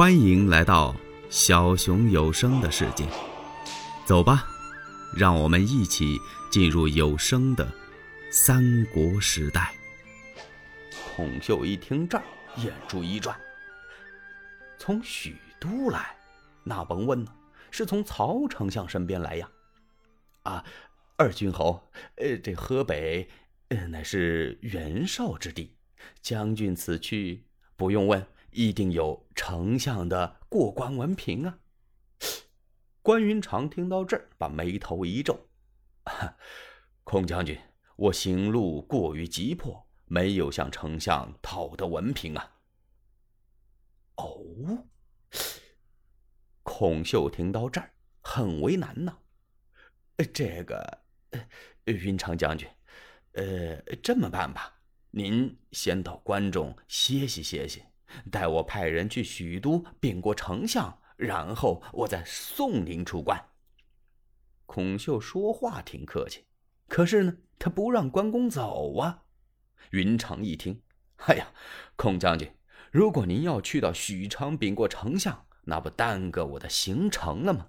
欢迎来到小熊有声的世界，走吧，让我们一起进入有声的三国时代。 孔秀一听这儿，眼珠一转，从许都来，那甭问呢，是从曹丞相身边来呀。二君侯，这河北乃是袁绍之地，将军此去不用问，一定有丞相的过关文凭啊。关云长听到这儿，把眉头一皱，孔将军，我行路过于急迫，没有向丞相讨得文凭啊。哦，孔秀听到这儿很为难呢。这个云长将军，这么办吧，您先到关中歇息歇息，待我派人去许都禀过丞相，然后我再送您出关。孔秀说话挺客气，可是呢，他不让关公走啊。云长一听，哎呀，孔将军，如果您要去到许昌禀过丞相，那不耽搁我的行程了吗？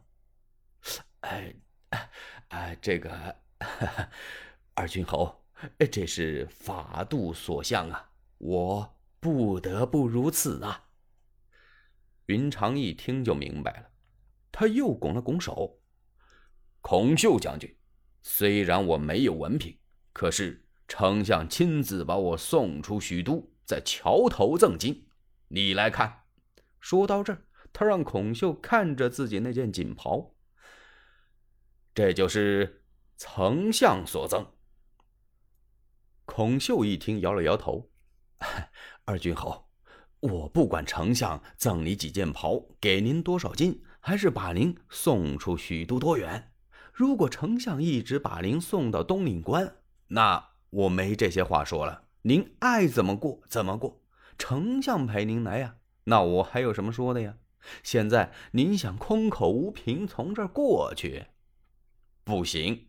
这个二君侯，这是法度所向啊，我不得不如此啊。云长一听就明白了，他又拱了拱手，孔秀将军，虽然我没有文凭，可是丞相亲自把我送出许都，在桥头赠金，你来看。说到这儿，他让孔秀看着自己那件锦袍，这就是丞相所赠。孔秀一听摇了摇头，二君侯，我不管丞相赠你几件袍，给您多少金，还是把您送出许都多远，如果丞相一直把您送到东岭关，那我没这些话说了，您爱怎么过怎么过，丞相陪您来呀，那我还有什么说的呀？现在您想空口无凭从这儿过去，不行。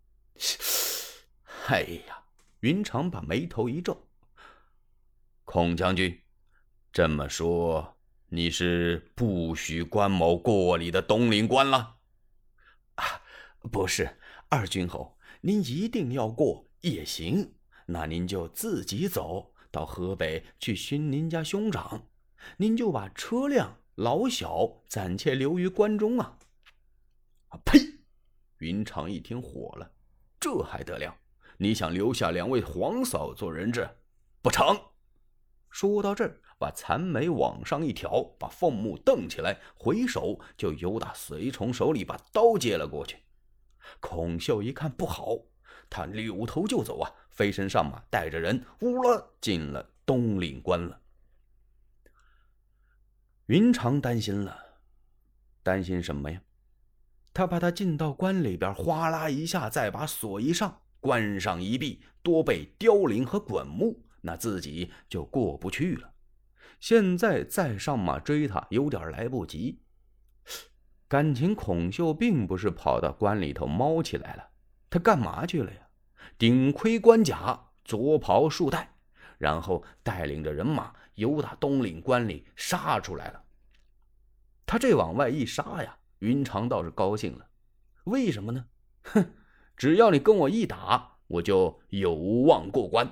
哎呀，云长把眉头一皱，孔将军，这么说你是不许关某过你的东岭关了？不是，二君侯，您一定要过也行，那您就自己走到河北去寻您家兄长，您就把车辆老小暂且留于关中啊。呸！云长一听火了，这还得了？你想留下两位皇嫂做人质？不成！说到这儿，把残眉往上一挑，把凤目瞪起来，回手就由打随从手里把刀接了过去。孔秀一看不好，他扭头就走啊，飞身上马，带着人呜了进了东岭关了。云长担心了，担心什么呀？他怕他进到关里边，哗啦一下再把锁一上，关上一闭，多被凋零和滚木，那自己就过不去了。现在再上马追他，有点来不及。感情孔秀并不是跑到关里头猫起来了，他干嘛去了呀？顶盔关甲，左袍束带，然后带领着人马由打东岭关里杀出来了。他这往外一杀呀，云长倒是高兴了，为什么呢？只要你跟我一打，我就有望过关。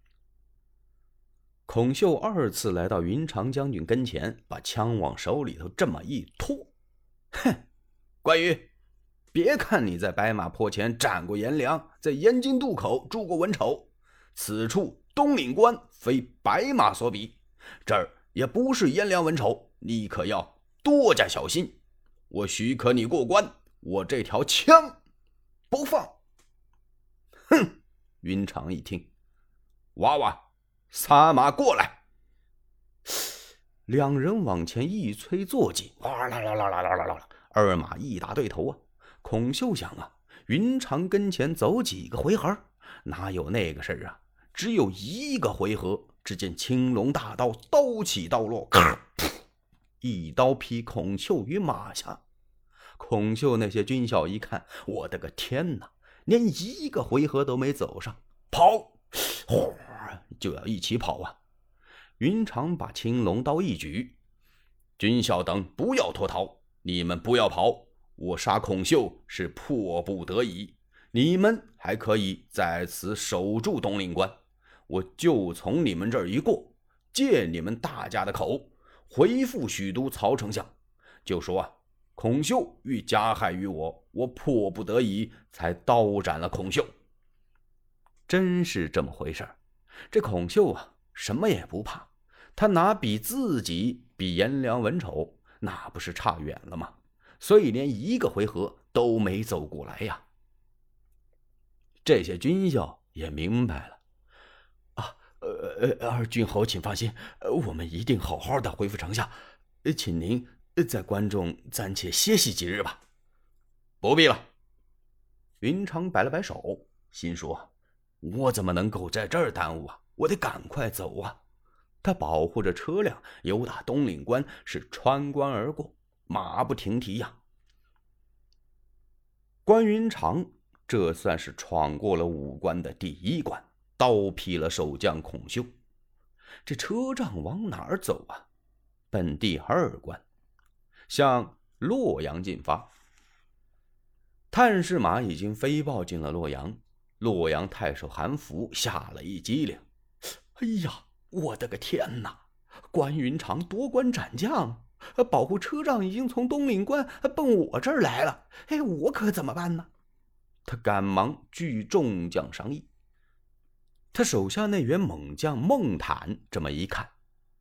孔秀二次来到云长将军跟前，把枪往手里头这么一拖，关羽，别看你在白马坡前战过颜良，在延津渡口诛过文丑，此处东岭关非白马所比，这儿也不是颜良文丑，你可要多加小心。我许可你过关，我这条枪不放。哼！云长一听，娃娃撒马过来。两人往前一催坐骑，哇啦啦啦啦啦啦啦，二马一打对头啊！孔秀想啊，云长跟前走几个回合，哪有那个事儿啊？只有一个回合，只见青龙大刀刀起刀落，咔！一刀劈孔秀于马下。孔秀那些军校一看，我的个天哪，连一个回合都没走上，跑，就要一起跑啊！云长把青龙刀一举， 军校等不要脱逃，你们不要跑，我杀孔秀是迫不得已，你们还可以在此守住东岭关，我就从你们这儿一过，借你们大家的口，回复许都曹丞相，就说孔秀欲加害于我，我迫不得已才刀斩了孔秀。真是这么回事儿。这孔秀啊，什么也不怕，他哪比自己比颜良文丑，那不是差远了吗？所以连一个回合都没走过来呀。这些军校也明白了二郡侯请放心，我们一定好好的回复丞相，请您在关中暂且歇息几日吧。不必了。云长摆了摆手，心说我怎么能够在这儿耽误啊，我得赶快走啊。他保护着车辆由打东岭关是穿关而过，马不停蹄呀。关云长这算是闯过了5关的第1关，刀劈了守将孔秀。这车仗往哪儿走啊？奔第2关，向洛阳进发。探视马已经飞报进了洛阳，洛阳太守韩福吓了一激灵。哎呀，我的个天哪！关云长夺关斩将，保护车仗已经从东岭关奔我这儿来了，我可怎么办呢？他赶忙聚众将商议。他手下那员猛将孟坦这么一看，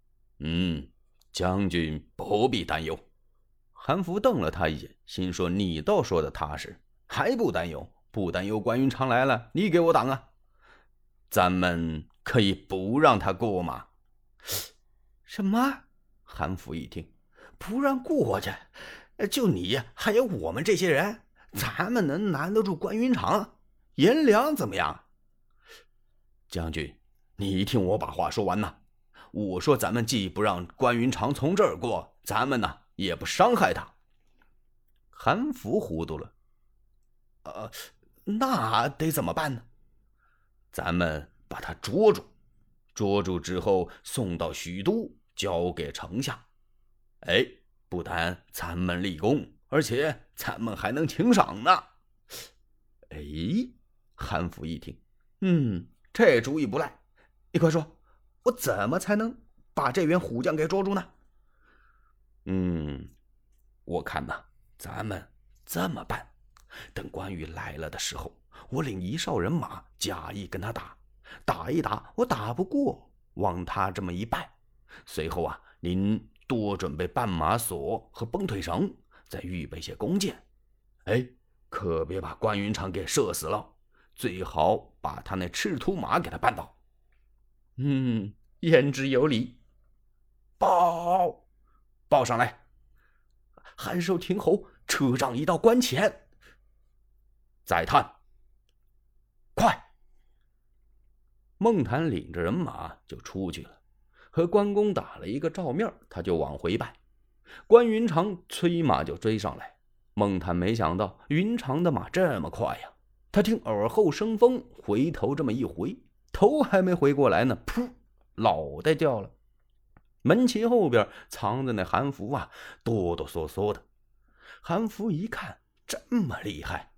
将军不必担忧。韩福瞪了他一眼，心说你倒说的踏实，还不担忧？不担忧关云长来了，你给我挡啊！咱们可以不让他过吗？什么？韩福一听，不让过去？就你还有我们这些人，咱们能难得住关云长？颜良怎么样？将军，你听我把话说完呐。我说咱们既不让关云长从这儿过，咱们呢也不伤害他。韩福糊涂了，那得怎么办呢？咱们把他捉住，捉住之后送到许都，交给丞相。不但咱们立功，而且咱们还能请赏呢。韩福一听，这主意不赖。你快说，我怎么才能把这员虎将给捉住呢？我看呐，咱们这么办，等关羽来了的时候，我领1哨人马假意跟他打，打一打，我打不过，往他这么一败。随后啊，您多准备绊马索和绷腿绳，再预备些弓箭。可别把关云长给射死了，最好把他那赤兔马给他绊倒。言之有理。报上来，韩寿亭侯车仗已到关前。再探，快！孟坦领着人马就出去了，和关公打了一个照面，他就往回拜。关云长催马就追上来，孟坦没想到云长的马这么快呀，他听耳后生风，回头这么一回，头还没回过来呢，噗，脑袋掉了。门旗后边藏着那韩福啊，哆哆嗦嗦的。韩福一看这么厉害，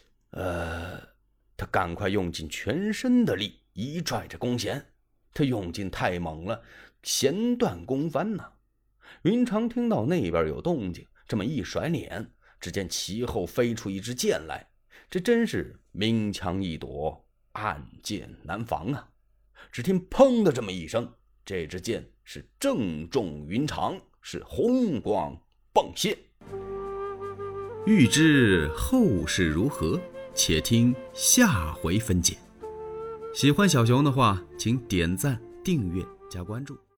他赶快用尽全身的力，一拽着弓弦，他用劲太猛了，弦断弓翻呐。云长听到那边有动静，这么一甩脸，只见其后飞出一支箭来，这真是明枪易躲，暗箭难防啊！只听砰的这么一声，这支箭是正中云长，是红光迸现。 欲知后事如何，且听下回分解。喜欢小熊的话，请点赞、订阅、加关注。